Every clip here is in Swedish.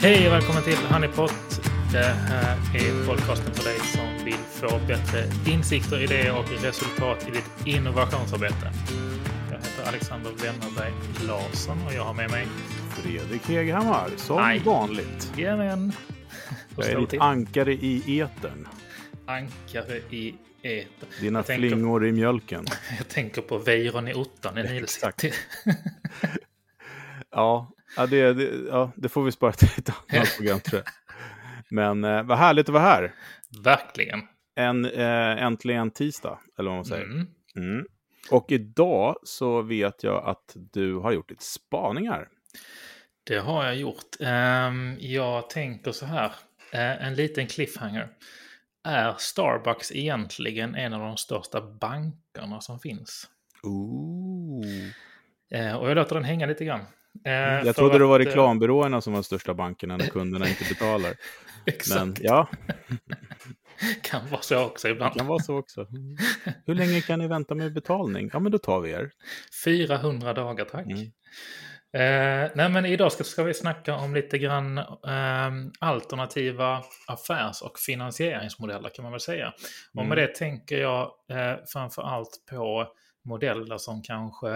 Hej och välkommen till Honeypot. Det här är podcasten för dig som vill få bättre insikter, idéer och resultat i ditt innovationsarbete. Jag heter Alexander Wennerberg Larsson och jag har med mig Fredrik Heghammar, som vanligt. Jajamän. Jag är ditt ankare i etern. Ankare i etern. Dina flingor i mjölken. Jag tänker på Weiron i ottan i Nilcity. Ja, det får vi spara till ett annat program, tror jag. Men vad härligt att vara här. Verkligen. Äntligen tisdag, eller vad man säger. Mm. Och idag så vet jag att du har gjort lite spaningar. Det har jag gjort. Jag tänker så här. En liten cliffhanger. Är Starbucks egentligen en av de största bankerna som finns? Och jag låter den hänga lite grann. Jag trodde det var reklambyråerna som var de största bankerna när kunderna inte betalar. Exakt. Men ja. Kan vara så också ibland. Kan vara så också. Hur länge kan ni vänta med betalning? Ja, men då tar vi er. 400 dagar, tack. Nej, men idag ska vi snacka om lite grann alternativa affärs- och finansieringsmodeller, kan man väl säga. Och med det tänker jag framför allt på modeller som kanske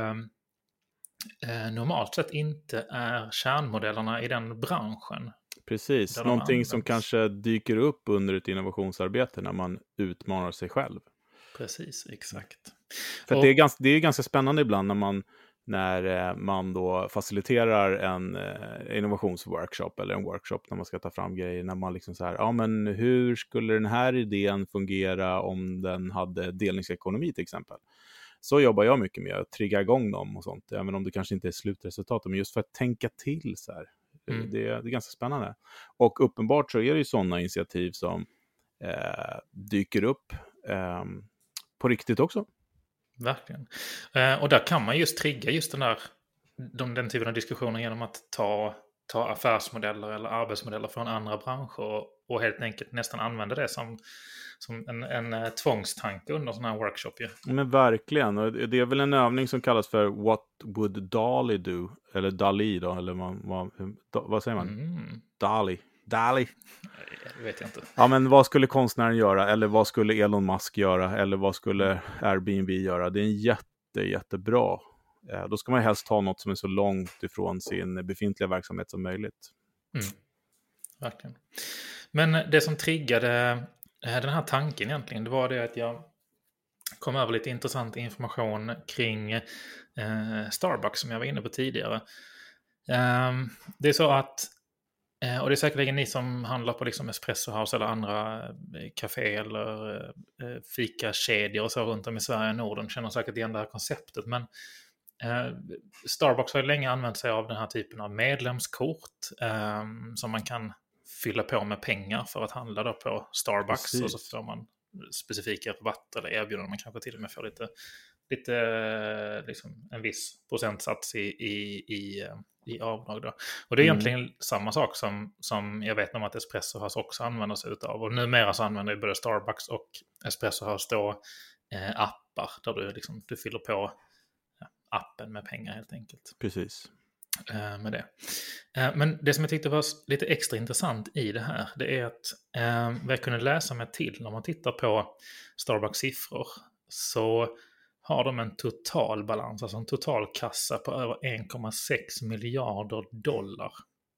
normalt sett inte är kärnmodellerna i den branschen. Precis, någonting som kanske dyker upp under ett innovationsarbete när man utmanar sig själv. Precis, exakt. För det är ganska spännande ibland när man då faciliterar en innovationsworkshop eller en workshop när man ska ta fram grejer, när man liksom så här, ja men hur skulle den här idén fungera om den hade delningsekonomi till exempel? Så jobbar jag mycket med att trigga igång dem och sånt, även om det kanske inte är slutresultatet, men just för att tänka till så här. Det är ganska spännande. Och uppenbart så är det ju sådana initiativ som dyker upp på riktigt också. Verkligen. Och där kan man just trigga just den typen av diskussioner genom att ta affärsmodeller eller arbetsmodeller från andra branscher och helt enkelt nästan använda det som en tvångstanke under sån här workshop. Ja. Men verkligen. Och det är väl en övning som kallas för What would Dali do? Eller Dali då? Eller vad säger man? Dali. Det vet jag inte. Ja, men vad skulle konstnären göra? Eller vad skulle Elon Musk göra? Eller vad skulle Airbnb göra? Det är en jättebra. Då ska man helst ta något som är så långt ifrån sin befintliga verksamhet som möjligt. Verkligen. Men det som triggade den här tanken egentligen, det var det att jag kom över lite intressant information kring Starbucks som jag var inne på tidigare. Det är så att, och det är säkerligen ni som handlar på liksom Espresso House eller andra café eller fikakedjor och så runt om i Sverige och Norden känner säkert igen det här konceptet, men Starbucks har ju länge använt sig av den här typen av medlemskort som man kan fylla på med pengar för att handla då på Starbucks. Precis. Och så får man specifika rabatter eller erbjudanden. Man kanske till och med får lite liksom en viss procentsats i avdrag då. Och det är egentligen samma sak som jag vet om att Espresso House också använder sig utav. Och numera så använder ju både Starbucks och Espresso House då appar där du fyller på appen med pengar helt enkelt. Precis. Med det. Men det som jag tyckte var lite extra intressant i det här, det är att vad jag kunde läsa mig till när man tittar på Starbucks siffror, så har de en total balans, alltså en total kassa på över 1,6 miljarder dollar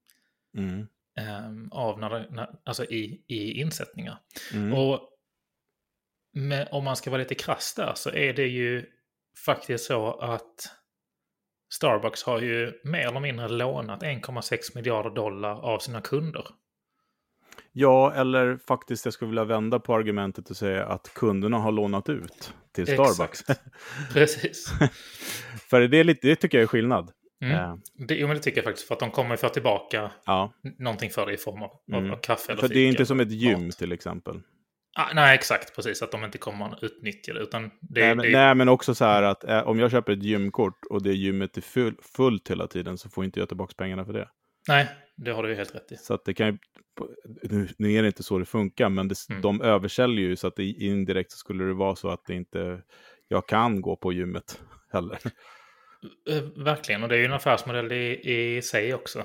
alltså i insättningar. Och om man ska vara lite krass där, så är det ju faktiskt så att Starbucks har ju mer eller mindre lånat 1,6 miljarder dollar av sina kunder. Ja, eller faktiskt jag skulle vilja vända på argumentet och säga att kunderna har lånat ut till Starbucks. Precis. För det tycker jag är skillnad. Men det tycker jag faktiskt, för att de kommer få tillbaka någonting för det i form av kaffe eller för fika. det är inte som ett gym till exempel. Nej, exakt, precis. Att de inte kommer att utnyttja det. Utan nej, men också så här att om jag köper ett gymkort och det gymmet är fullt hela tiden, så får inte jag tillbaka pengarna för det. Nej, det har du ju helt rätt i. Så att det kan ju, nu är det inte så det funkar, men de översäljer ju, så att det indirekt så skulle det vara så att det inte, jag kan gå på gymmet heller. Verkligen, och det är ju en affärsmodell i sig också.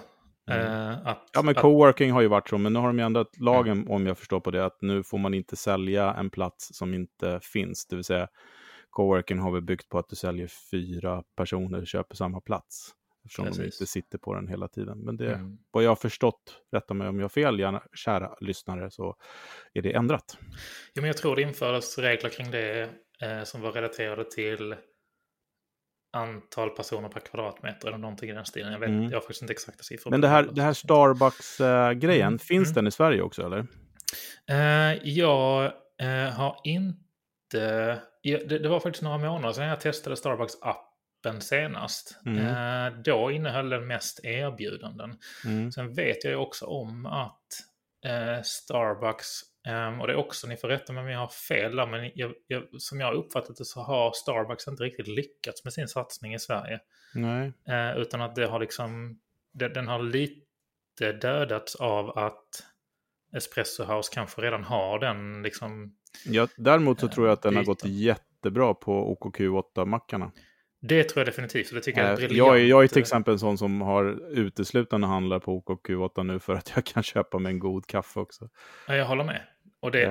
Ja, men coworking har ju varit så, men nu har de ju ändrat lagen, om jag förstår på det, att nu får man inte sälja en plats som inte finns. Det vill säga, coworking har vi byggt på att du säljer 4 personer och köper samma plats. Eftersom de inte sitter på den hela tiden. Men det, vad jag har förstått, rätta mig om jag har fel, gärna, kära lyssnare, så är det ändrat. Ja, men jag tror det infördes regler kring det som var relaterade till antal personer per kvadratmeter eller någonting i den stilen. Jag har faktiskt inte exakta siffror. Men det här Starbucks-grejen, finns den i Sverige också, eller? Jag har inte... Det var faktiskt några månader sedan jag testade Starbucks-appen senast. Då innehöll den mest erbjudanden. Sen vet jag ju också om att Starbucks, och det är också, ni får rätta mig om jag har fel där, men som jag har uppfattat det så har Starbucks inte riktigt lyckats med sin satsning i Sverige. Nej. Utan att det har liksom, den har lite dödats av att Espresso House kanske redan har den liksom... Ja, däremot så tror jag att den har gått jättebra på OKQ8-mackarna. Det tror jag definitivt, det tycker jag är briljant. Jag är till exempel en sån som har uteslutande handlar på OKQ8 nu för att jag kan köpa mig en god kaffe också. Ja, jag håller med. Och det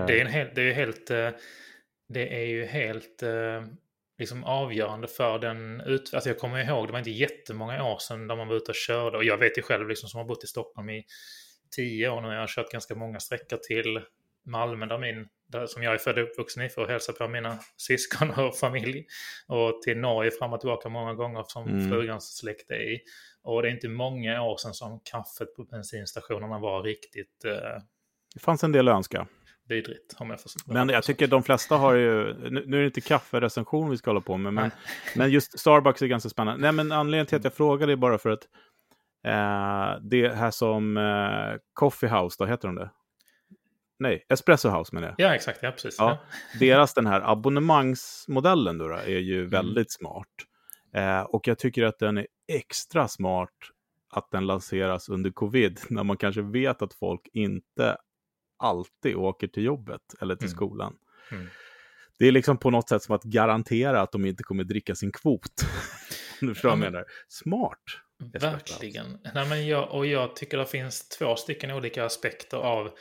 är ju helt liksom avgörande för den alltså jag kommer ihåg, det var inte jättemånga år sedan där man var ute och körde, och jag vet ju själv liksom, som har bott i Stockholm i 10 år nu, jag har kört ganska många sträckor till Malmö som jag är född och uppvuxen i, för att hälsa på mina syskon och familj, och till Norge fram och tillbaka många gånger som frugans släkt är i. Och det är inte många år sedan som kaffet på bensinstationerna var riktigt... Det fanns en del att önska. Vidrigt. Men jag tycker de flesta har ju... Nu är det inte kafferecension vi ska hålla på med, men just Starbucks är ganska spännande. Nej, men anledningen till att jag frågar är bara för att det här som Coffee House, då heter de det? Nej, Espresso House menar jag. Ja, exakt. Ja, precis. Ja, deras den här abonnemangsmodellen då är ju väldigt smart. Och jag tycker att den är extra smart att den lanseras under covid, när man kanske vet att folk inte alltid åker till jobbet eller till skolan. Det är liksom på något sätt som att garantera att de inte kommer dricka sin kvot. Du förstår vad jag menar. Smart. Verkligen. Nej, men jag tycker det finns 2 stycken olika aspekter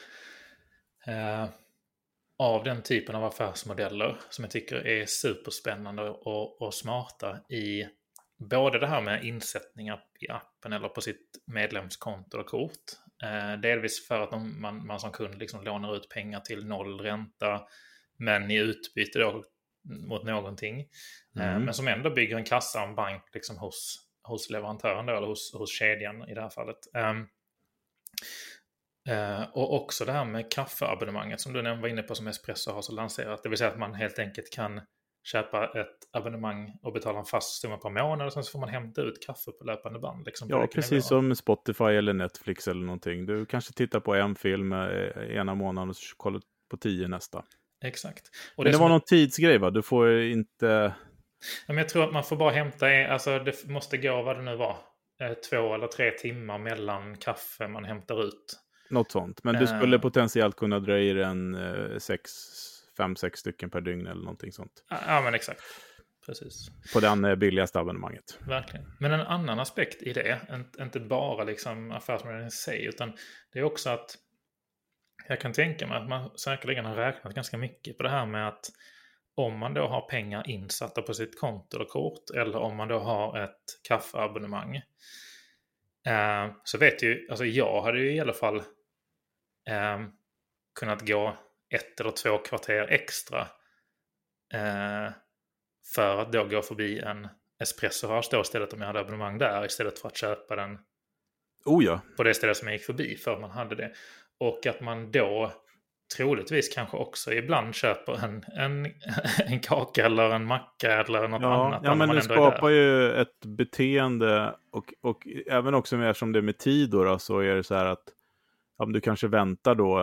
av den typen av affärsmodeller som jag tycker är superspännande och smarta, i både det här med insättningar i appen eller på sitt medlemskonto och kort. Delvis för att man som kund liksom lånar ut pengar till 0 ränta, men i utbyte då mot någonting. Men som ändå bygger en kassa och en bank liksom hos leverantören då, eller hos kedjan i det här fallet. Och också det här med kaffeabonnemanget som du var inne på, som Espresso har så lanserat. Det vill säga att man helt enkelt kan köpa ett abonnemang och betala en fast summa per månad, och sen så får man hämta ut kaffe på löpande band. Liksom, ja, precis som Spotify eller Netflix eller någonting. Du kanske tittar på en film ena månaden och så kollar på 10 nästa. Exakt. Och det var någon tidsgrej, va? Du får inte... Men jag tror att man får bara hämta, alltså det måste gå vad det nu var, 2 eller 3 timmar mellan kaffe man hämtar ut. Något sånt. Men du skulle potentiellt kunna dra i en 5-6 stycken per dygn eller någonting sånt. Ja, men exakt. Precis. På den billigaste abonnemanget. Verkligen. Men en annan aspekt i det, inte bara liksom affärsmodellen i sig, utan det är också att jag kan tänka mig att man säkerligen har räknat ganska mycket på det här med att om man då har pengar insatta på sitt konto eller kort, eller om man då har ett kaffeabonnemang, så vet ju, alltså jag hade ju i alla fall kunnat gå 1 eller 2 kvarter extra för att då gå förbi en Espresso House då istället, om jag hade abonnemang där, istället för att köpa den på det stället som jag gick förbi för man hade det. Och att man då troligtvis kanske också ibland köper en kaka eller en macka eller något annat. Ja, men det skapar ju ett beteende, och även också eftersom det är med tid då, så är det så här att om du kanske väntar då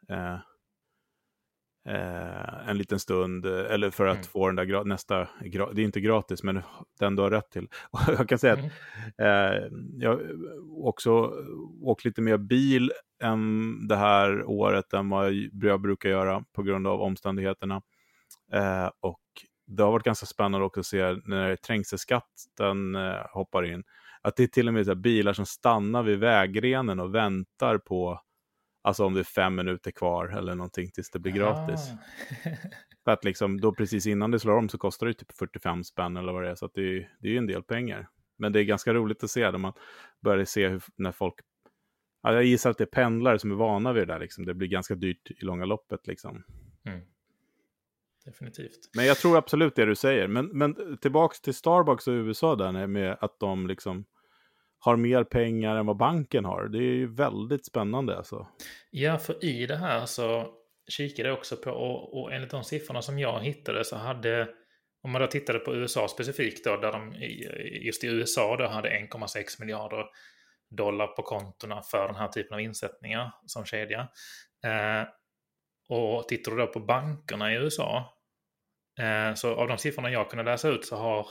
en liten stund, eller för att få den där nästa, det är inte gratis, men den du har rätt till. Och jag kan säga att jag också åkt lite mer bil än det här året än vad jag brukar göra på grund av omständigheterna. Och det har varit ganska spännande också att se när trängselskatten hoppar in. att det är till och med så här bilar som stannar vid vägrenen och väntar på, alltså om det är 5 minuter kvar eller någonting tills det blir gratis. För att liksom, då precis innan det slår om så kostar det typ 45 spänn eller vad det är, så att det är ju en del pengar. Men det är ganska roligt att se när man börjar se när folk, ja, jag gissar att det är pendlare som är vana vid det där liksom. Det blir ganska dyrt i långa loppet liksom. Definitivt. Men jag tror absolut det du säger. Men tillbaks till Starbucks och USA där med att de liksom har mer pengar än vad banken har. Det är ju väldigt spännande alltså. Ja, för i det här så kikade jag också på, och enligt de siffrorna som jag hittade så hade, om man då tittade på USA specifikt då, där de just i USA då hade 1,6 miljarder dollar på kontona för den här typen av insättningar som kedja. Och tittar du då på bankerna i USA, så av de siffrorna jag kunde läsa ut så har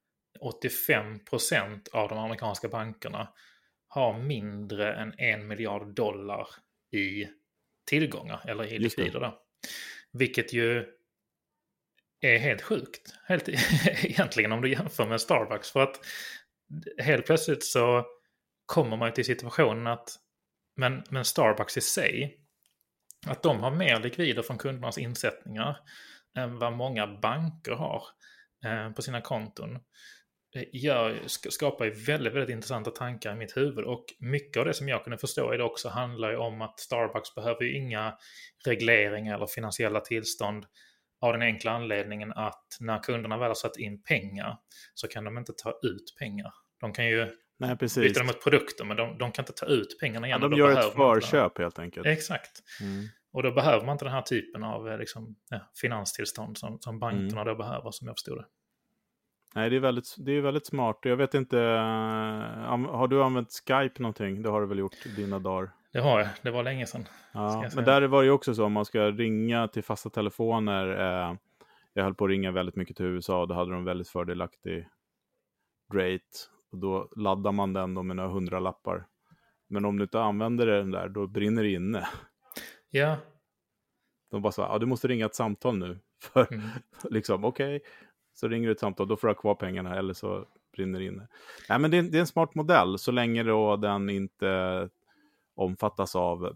85% av de amerikanska bankerna har mindre än 1 miljard dollar i tillgångar eller i likvider då. Vilket ju är helt sjukt. Helt egentligen om du jämför med Starbucks. För att helt plötsligt så kommer man till situationen att men Starbucks i sig, att de har mer likvider från kundernas insättningar än vad många banker har på sina konton, skapar ju väldigt, väldigt intressanta tankar i mitt huvud. Och mycket av det som jag kunde förstå i det också handlar ju om att Starbucks behöver ju inga regleringar eller finansiella tillstånd av den enkla anledningen att när kunderna väl har satt in pengar så kan de inte ta ut pengar. De kan ju byta dem mot produkter, men de kan inte ta ut pengarna igen. Ja, de gör ett förköp helt enkelt. Exakt. Och då behöver man inte den här typen av finanstillstånd som bankerna då behöver, som jag förstod det. Nej, det är väldigt smart. Jag vet inte, har du använt Skype någonting? Det har du väl gjort i dina dagar? Det har jag, det var länge sedan. Ja, men där var det ju också så, om man ska ringa till fasta telefoner. Jag höll på att ringa väldigt mycket till USA och då hade de väldigt fördelaktig rate. Och då laddar man den då med några 100-lappar. Men om du inte använder den där, då brinner det inne. Ja. De bara så, du måste ringa ett samtal nu. För liksom, okej. Så ringer du ett samtal, då får du ha kvar pengarna eller så brinner det inne. Nej, men det är en smart modell så länge då den inte omfattas av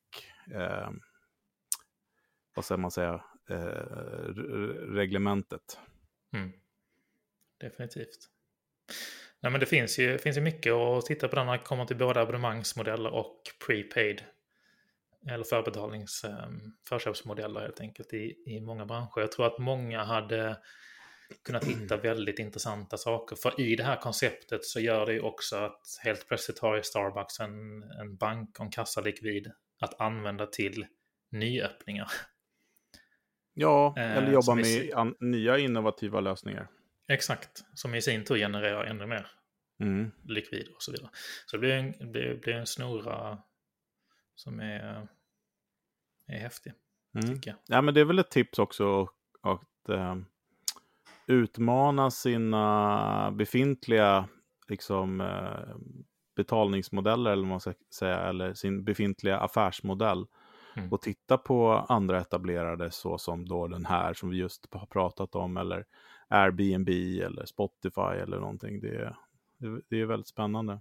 vad ska man säga, reglementet. Definitivt. Nej, men det finns ju mycket att titta på när man kommer till både abonnemangsmodeller och prepaid eller förköpsmodeller helt enkelt i många branscher. Jag tror att många hade kunnat hitta väldigt intressanta saker. För i det här konceptet så gör det ju också att helt plötsligt har ju Starbucks en bank och en kassalikvid att använda till nyöppningar. Ja, eller jobba med nya innovativa lösningar. Exakt, som i sin tur genererar ännu mer likvid och så vidare. Så det blir en snurra som är häftig, tycker jag. Ja, men det är väl ett tips också att utmana sina befintliga liksom, betalningsmodeller eller vad man ska säga, eller sin befintliga affärsmodell och titta på andra etablerade så som då den här som vi just har pratat om, eller Airbnb eller Spotify eller någonting. Det är väldigt spännande.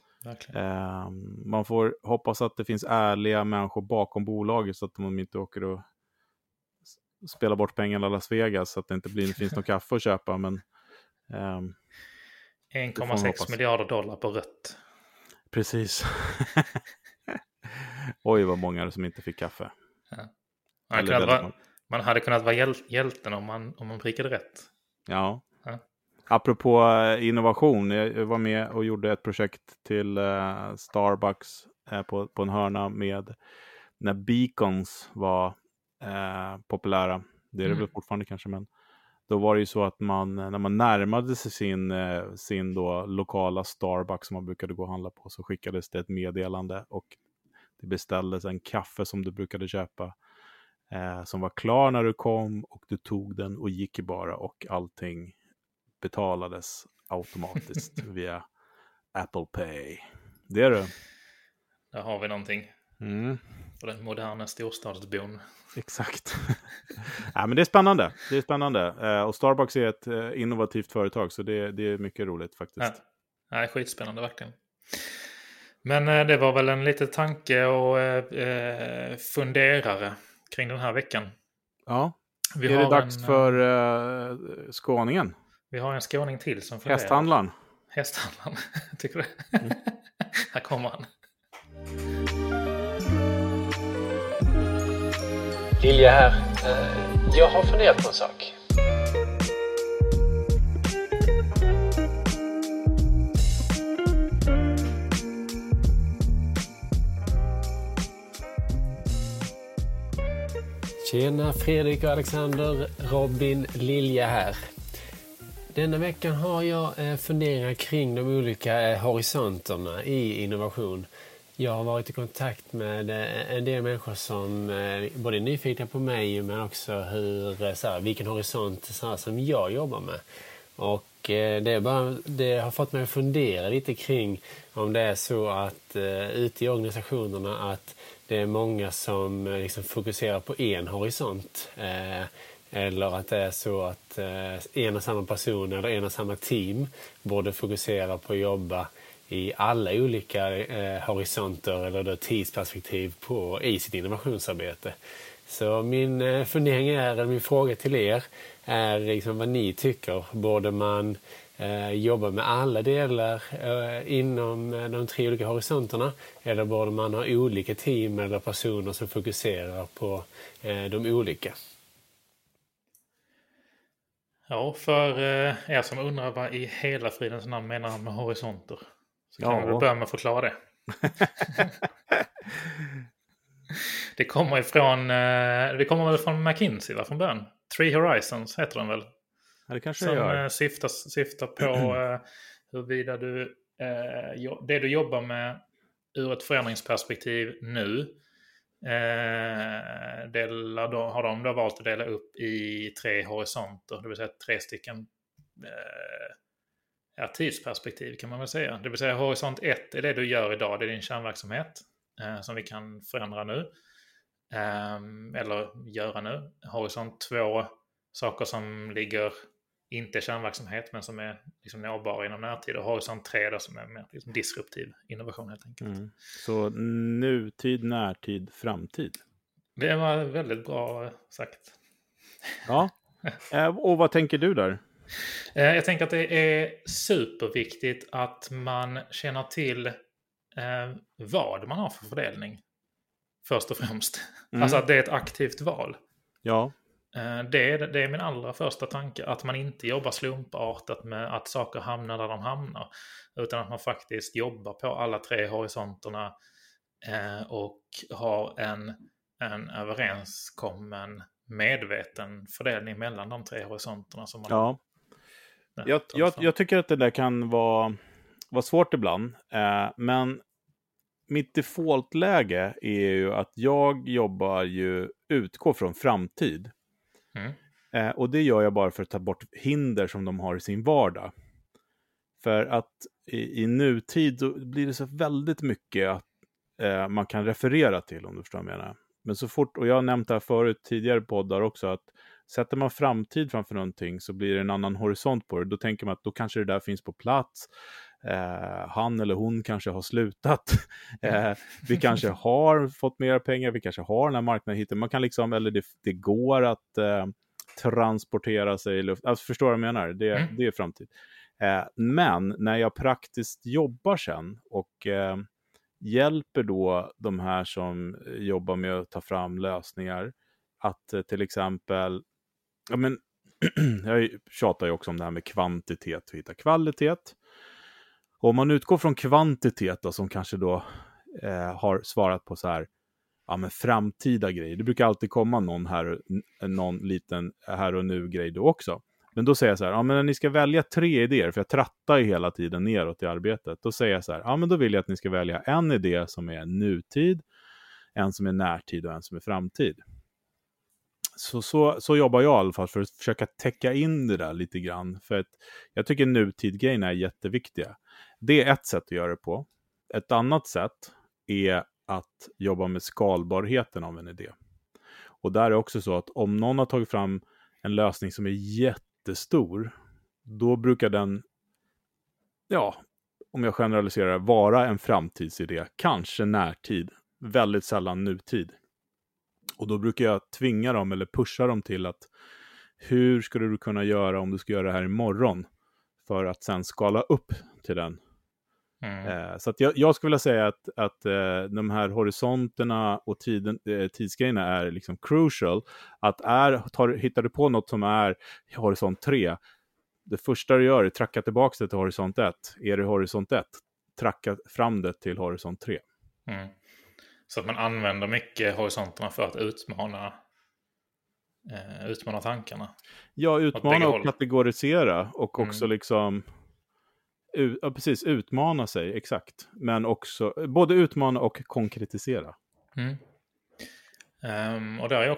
Man får hoppas att det finns ärliga människor bakom bolaget så att de inte åker och spela bort pengarna i Las Vegas så att det inte finns någon kaffe att köpa. Men 1,6 miljarder dollar på rött. Precis. Oj, vad många som inte fick kaffe. Ja. Man hade kunnat vara hjälten om man prickade rätt. Ja. Apropå innovation, jag var med och gjorde ett projekt till Starbucks på en hörna med när beacons var populära. Det är det väl fortfarande kanske, men då var det ju så att när man närmade sig sin då lokala Starbucks som man brukade gå och handla på, så skickades det ett meddelande och det beställdes en kaffe som du brukade köpa som var klar när du kom och du tog den och gick bara och allting betalades automatiskt via Apple Pay. Det är det. Där har vi någonting. För den moderna storstadsbon. Exakt. Ja, men det är spännande. Och Starbucks är ett innovativt företag så det är mycket roligt faktiskt. Nej, skitspännande verkligen. Men det var väl en liten tanke och funderare kring den här veckan. Ja. Vi Är det har dags för skåningen? Vi har en skåning till som funderar. Hästhandlaren. Hästhandlaren, tycker du? Här kommer han. Lilja här. Jag har funderat på en sak. Tjena Fredrik och Alexander, Robin, Lilja här. Denna veckan har jag funderingar kring de olika horisonterna i innovation. Jag har varit i kontakt med en del människor som både är nyfikna på mig men också vilken horisont som jag jobbar med. Och det har fått mig att fundera lite kring om det är så att ute i organisationerna att det är många som liksom fokuserar på en horisont. Eller att det är så att en och samma person eller en och samma team borde fokusera på att jobba i alla olika horisonter eller då tidsperspektiv i sitt innovationsarbete. Så min fundering eller min fråga till er är liksom vad ni tycker. Borde man jobba med alla delar inom de 3 olika horisonterna eller borde man ha olika team eller personer som fokuserar på de olika? Ja, för er som undrar vad i hela fridens namn menar han med horisonter så kan vi börja med att förklara det. Det kommer väl från McKinsey från början. 3 Horizons heter den väl. Ja, det kanske som syftar på huruvida det du jobbar med ur ett förändringsperspektiv nu har de då valt att dela upp i 3 horisonter, det vill säga 3 stycken tidsperspektiv kan man väl säga. Det vill säga horisont 1 är det du gör idag, det är din kärnverksamhet som vi kan förändra nu eller göra nu. Horisont 2, saker som ligger inte kärnverksamhet men som är liksom nåbara inom närtid, och horisont 3 då, som är mer liksom disruptiv innovation helt enkelt. Så nutid, närtid, framtid. Det var väldigt bra sagt. Ja, och vad tänker du där? Jag tänker att det är superviktigt att man känner till vad man har för fördelning. Först och främst. Alltså att det är ett aktivt val. Ja. Det är min allra första tanke. Att man inte jobbar slumpartat med att saker hamnar där de hamnar. Utan att man faktiskt jobbar på alla 3 horisonterna och har en överenskommen medveten fördelning mellan de 3 horisonterna. Som man jag tycker att det där kan vara svårt ibland. Men mitt defaultläge är ju att jag utgår från framtid. Och det gör jag bara för att ta bort hinder som de har i sin vardag. För att i nutid då blir det så väldigt mycket att man kan referera till, om du förstår vad jag menar. Men så fort, och jag har nämnt det här förut tidigare poddar också, att sätter man framtid framför någonting så blir det en annan horisont på det. Då tänker man att då kanske det där finns på plats. Han eller hon kanske har slutat. Vi kanske har fått mer pengar. Vi kanske har den här marknaden hittills. Man kan liksom, eller det går att transportera sig i luft. Alltså, förstår du vad jag menar? Det är framtid. Men när jag praktiskt jobbar sen och hjälper då de här som jobbar med att ta fram lösningar att till exempel, jag tjatar ju också om det här med kvantitet och hitta kvalitet. Och om man utgår från kvantitet då, som kanske då har svarat på så här, men framtida grejer. Det brukar alltid komma någon liten här och nu grej då också. Men då säger jag så här, men när ni ska välja 3 idéer, för jag trattar ju hela tiden neråt i arbetet. Då säger jag så här, men då vill jag att ni ska välja en idé som är nutid, en som är närtid och en som är framtid. Så jobbar jag i alla fall för att försöka täcka in det där lite grann. För att jag tycker nutidgrejerna är jätteviktiga. Det är ett sätt att göra det på. Ett annat sätt är att jobba med skalbarheten av en idé. Och där är också så att om någon har tagit fram en lösning som är jättestor, då brukar den om jag generaliserar, vara en framtidsidé. Kanske närtid. Väldigt sällan nutid. Och då brukar jag tvinga dem eller pusha dem till att hur skulle du kunna göra om du ska göra det här imorgon för att sen skala upp till den. Så att jag skulle vilja säga att de här horisonterna och tidsgrejerna är liksom crucial. Hittar du på något som är horisont 3, det första du gör är tracka tillbaka det till horisont 1. Är det horisont 1, tracka fram det till horisont 3. Så att man använder mycket horisonterna för att utmana tankarna. Ja, utmana och kategorisera och också liksom precis, utmana sig, exakt. Men också både utmana och konkretisera. Och det är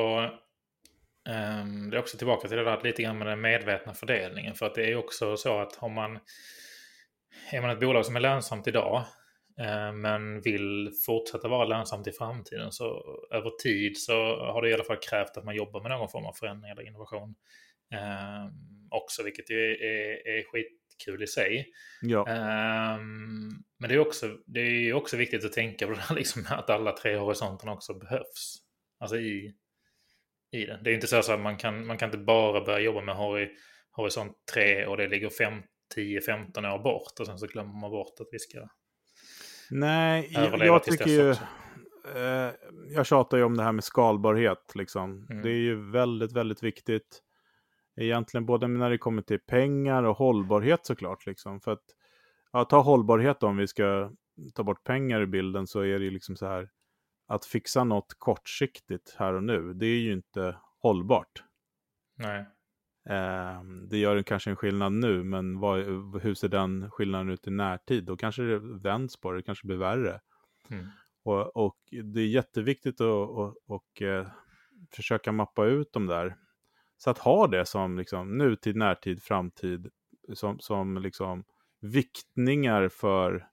också tillbaka till det där lite grann med den medvetna fördelningen. För att det är också så att är man ett bolag som är lönsamt idag men vill fortsätta vara lönsamt i framtiden, så över tid så har det i alla fall krävt att man jobbar med någon form av förändring eller innovation också, vilket är skitkul i sig. Ja. Men det är också viktigt att tänka på det här, liksom, att alla 3 horisonterna också behövs. Alltså i den. Det är inte så att man kan inte bara börja jobba med horisont 3 och det ligger 10-15 år bort och sen så glömmer man bort att vi ska. Nej, jag tycker ju jag tjatar ju om det här med skalbarhet liksom. Det är ju väldigt, väldigt viktigt egentligen, både när det kommer till pengar och hållbarhet såklart liksom. För att ta hållbarhet, om vi ska ta bort pengar i bilden, så är det ju liksom så här, att fixa något kortsiktigt här och nu, det är ju inte hållbart. Nej. Det gör kanske en skillnad nu, men hur ser den skillnaden ut i närtid? Då kanske det vänds på det kanske blir värre. Och det är jätteviktigt att försöka mappa ut dem där. Så att ha det som liksom nutid, närtid, framtid som liksom viktningar för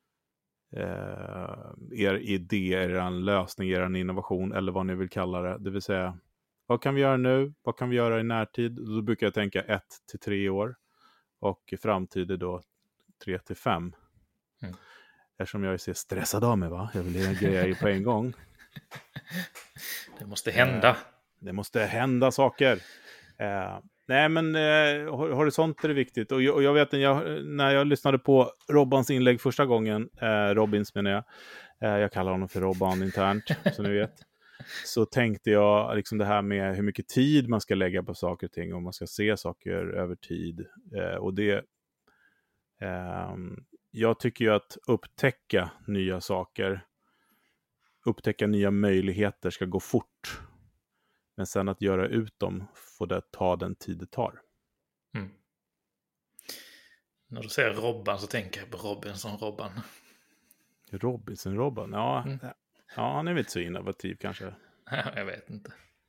er idé, er lösning, er innovation eller vad ni vill kalla det. Det vill säga, vad kan vi göra nu? Vad kan vi göra i närtid? Då brukar jag tänka 1-3 år. Och i framtid är då 3-5. Eftersom jag ser stressad av mig, va? Jag vill göra grejer på en gång. Det måste hända. Det måste hända saker. Nej, men horisonter är viktigt. Och jag vet, när jag lyssnade på Robbans inlägg första gången, Robins menar jag kallar honom för Robban internt, som ni vet. Så tänkte jag liksom det här med hur mycket tid man ska lägga på saker och ting, och man ska se saker över tid. Och det jag tycker ju att upptäcka nya saker, upptäcka nya möjligheter ska gå fort. Men sen att göra ut dem får det ta den tid det tar. När du säger Robban så tänker jag på Robinson-Robban. Robinson-Robban? Ja, han är väl inte så innovativ kanske. Jag vet inte.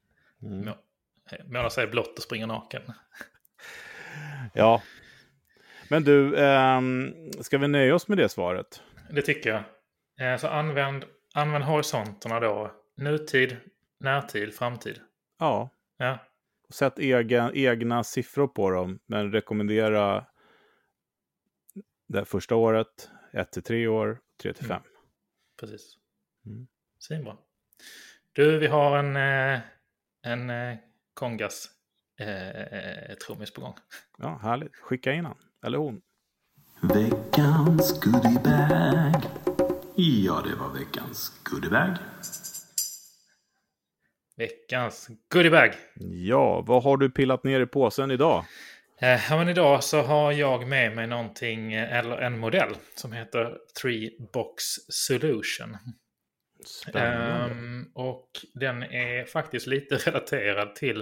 Måla sig blott och springa naken. Ja. Men du, ska vi nöja oss med det svaret? Det tycker jag. Så använd horisonterna då. Nutid, närtid, framtid. Ja. Sätt egna siffror på dem. Men rekommendera det första året, 1-3 år, 3-5. Precis. Svinbra. Du, vi har en kongas trummis på gång. Ja, härligt. Skicka in han. Eller hon. Veckans goodiebag. Ja, det var veckans goodiebag. Veckans goodiebag. Ja, vad har du pillat ner i påsen idag? Men idag så har jag med mig någonting, eller en modell som heter 3Box Solution. Och den är faktiskt lite relaterad till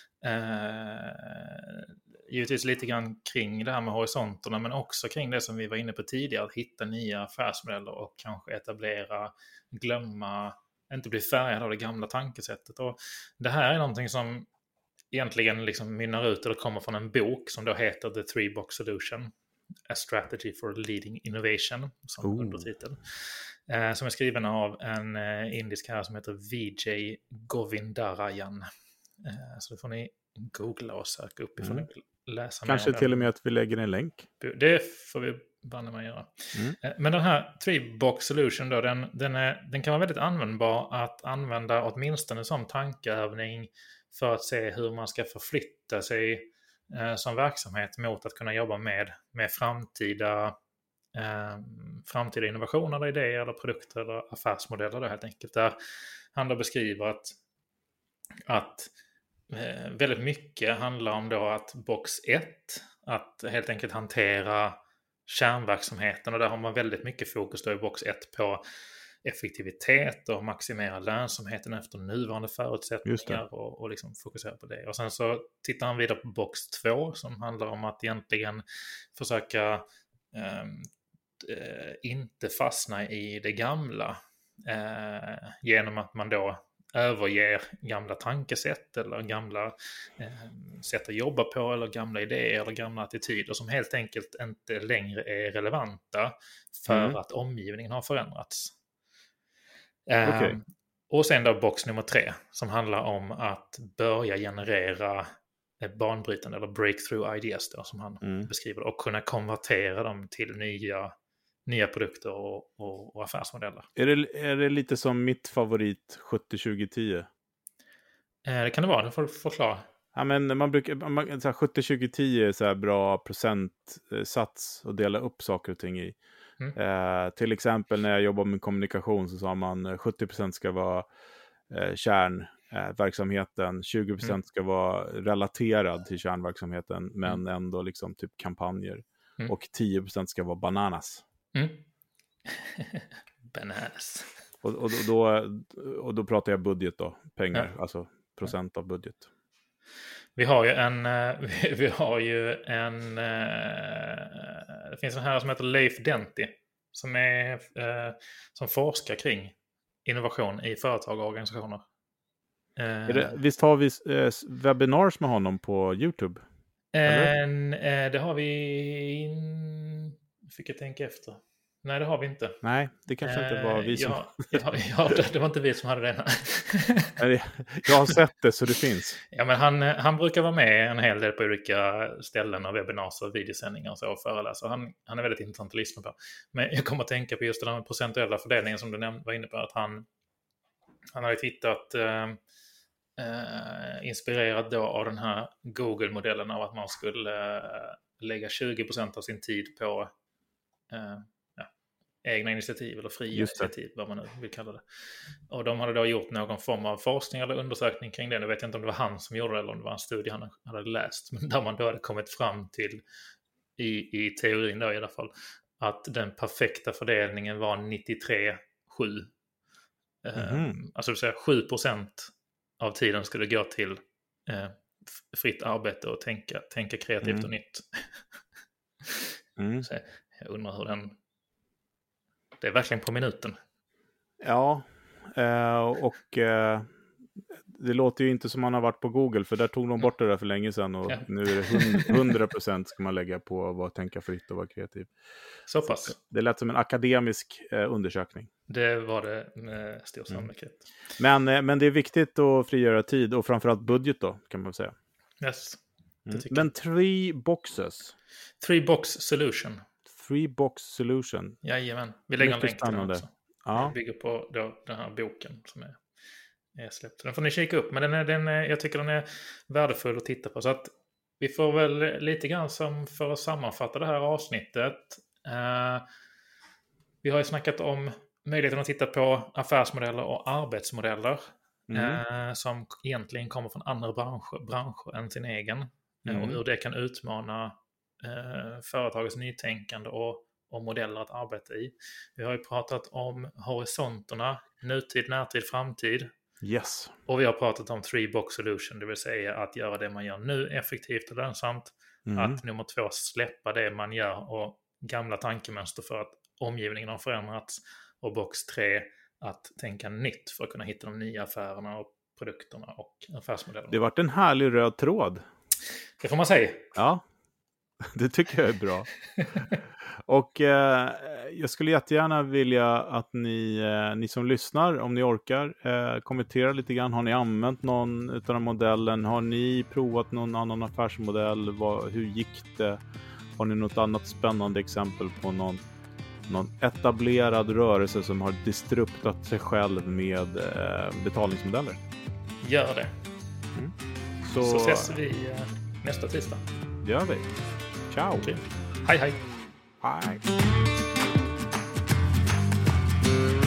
givetvis lite grann kring det här med horisonterna, men också kring det som vi var inne på tidigare, att hitta nya affärsmodeller och kanske etablera, glömma, inte bli färgad av det gamla tankesättet. Och det här är någonting som egentligen liksom mynnar ut eller kommer från en bok som då heter The 3Box Solution, A Strategy for Leading Innovation, som undertitel. Som är skriven av en indisk herre som heter Vijay Govindarayan. Så det får ni googla och söka upp ifall ni vill läsa kanske mer. Till och med att vi lägger en länk. Det får vi banne man göra. Men den här 3-box solution då, den kan vara väldigt användbar att använda åtminstone som tankeövning för att se hur man ska förflytta sig som verksamhet mot att kunna jobba med framtida innovationer eller idéer eller produkter eller affärsmodeller då, helt enkelt. Där han då beskriver att väldigt mycket handlar om då att box 1, att helt enkelt hantera kärnverksamheten, och där har man väldigt mycket fokus då i box 1 på effektivitet och maximera lönsamheten efter nuvarande förutsättningar och liksom fokusera på det. Och sen så tittar han vidare på box 2 som handlar om att egentligen försöka inte fastna i det gamla genom att man då överger gamla tankesätt eller gamla sätt att jobba på eller gamla idéer eller gamla attityder som helt enkelt inte längre är relevanta för att omgivningen har förändrats. Och sen då box nummer 3 som handlar om att börja generera banbrytande eller breakthrough ideas då, som han beskriver, och kunna konvertera dem till nya produkter och affärsmodeller. Är det lite som mitt favorit 70-20-10? Det kan det vara, det får du förklara. Ja, men man brukar 70-20-10 är så här bra procentsats att dela upp saker och ting i. Till exempel när jag jobbar med kommunikation så sa man 70% ska vara kärnverksamheten, 20% ska vara relaterad till kärnverksamheten men ändå liksom typ kampanjer, och 10% ska vara bananas. Bananas. Och då pratar jag budget då, pengar, alltså procent av budget. Vi har ju det finns en här som heter Leif Denti som forskar kring innovation i företag och organisationer. Visst har vi webinars med honom på YouTube? Det har vi fick jag tänka efter. Nej, det har vi inte. Nej, det kanske inte var vi som... det var inte vi som hade den. Jag har sett det, så det finns. Ja, men han brukar vara med en hel del på olika ställen och webbinars och videosändningar och så, och föreläser. Han är väldigt intressant att lyssna på. Men jag kommer att tänka på just den här procentuella fördelningen som du var inne på, att han har ju tittat inspirerad då av den här Google-modellen av att man skulle lägga 20% av sin tid på egna initiativ eller fria initiativ, vad man nu vill kalla det. Och de hade då gjort någon form av forskning eller undersökning kring det. Nu vet jag inte om det var han som gjorde det eller om det var en studie han hade läst. Men där man då hade kommit fram till, i teorin då i alla fall, att den perfekta fördelningen var 93-7. Alltså det vill säga 7% av tiden skulle gå till fritt arbete och tänka kreativt och nytt. Så jag undrar hur det är verkligen på minuten. Ja, och det låter ju inte som man har varit på Google, för där tog de bort det där för länge sedan, och nu är det 100% ska man lägga på att tänka fritt och vara kreativ. Så pass. Så det lät som en akademisk undersökning. Det var det med stor sannolikhet. Men det är viktigt att frigöra tid, och framförallt budget då, kan man säga. Yes. Men 3 boxes. 3-box solution. 3-box solution. Jajamän. Vi lägger en länk till den också. Ja. Det bygger på den här boken som är släppt. Den får ni kika upp. Men jag tycker den är värdefull att titta på. Så att vi får väl lite grann som för att sammanfatta det här avsnittet. Vi har ju snackat om möjligheten att titta på affärsmodeller och arbetsmodeller. Som egentligen kommer från andra branscher än sin egen. Och hur det kan utmana företagets nytänkande och modeller att arbeta i. Vi har ju pratat om horisonterna, nutid, närtid, framtid. Yes. Och vi har pratat om 3-box solution, det vill säga att göra det man gör nu effektivt och lönsamt. Att nummer 2, släppa det man gör och gamla tankemönster för att omgivningen har förändrats. Och box 3, att tänka nytt för att kunna hitta de nya affärerna och produkterna och affärsmodellerna. Det har varit en härlig röd tråd. Det får man säga. Ja, det tycker jag är bra. Och jag skulle jättegärna vilja att ni som lyssnar, om ni orkar, kommentera lite grann. Har ni använt någon av den modellen? Har ni provat någon annan affärsmodell? Hur gick det? Har ni något annat spännande exempel på någon etablerad rörelse som har disruptat sig själv med betalningsmodeller? Gör det. Så ses vi nästa tisdag. Det gör vi. Ciao. Okay. Hej hej. Hej.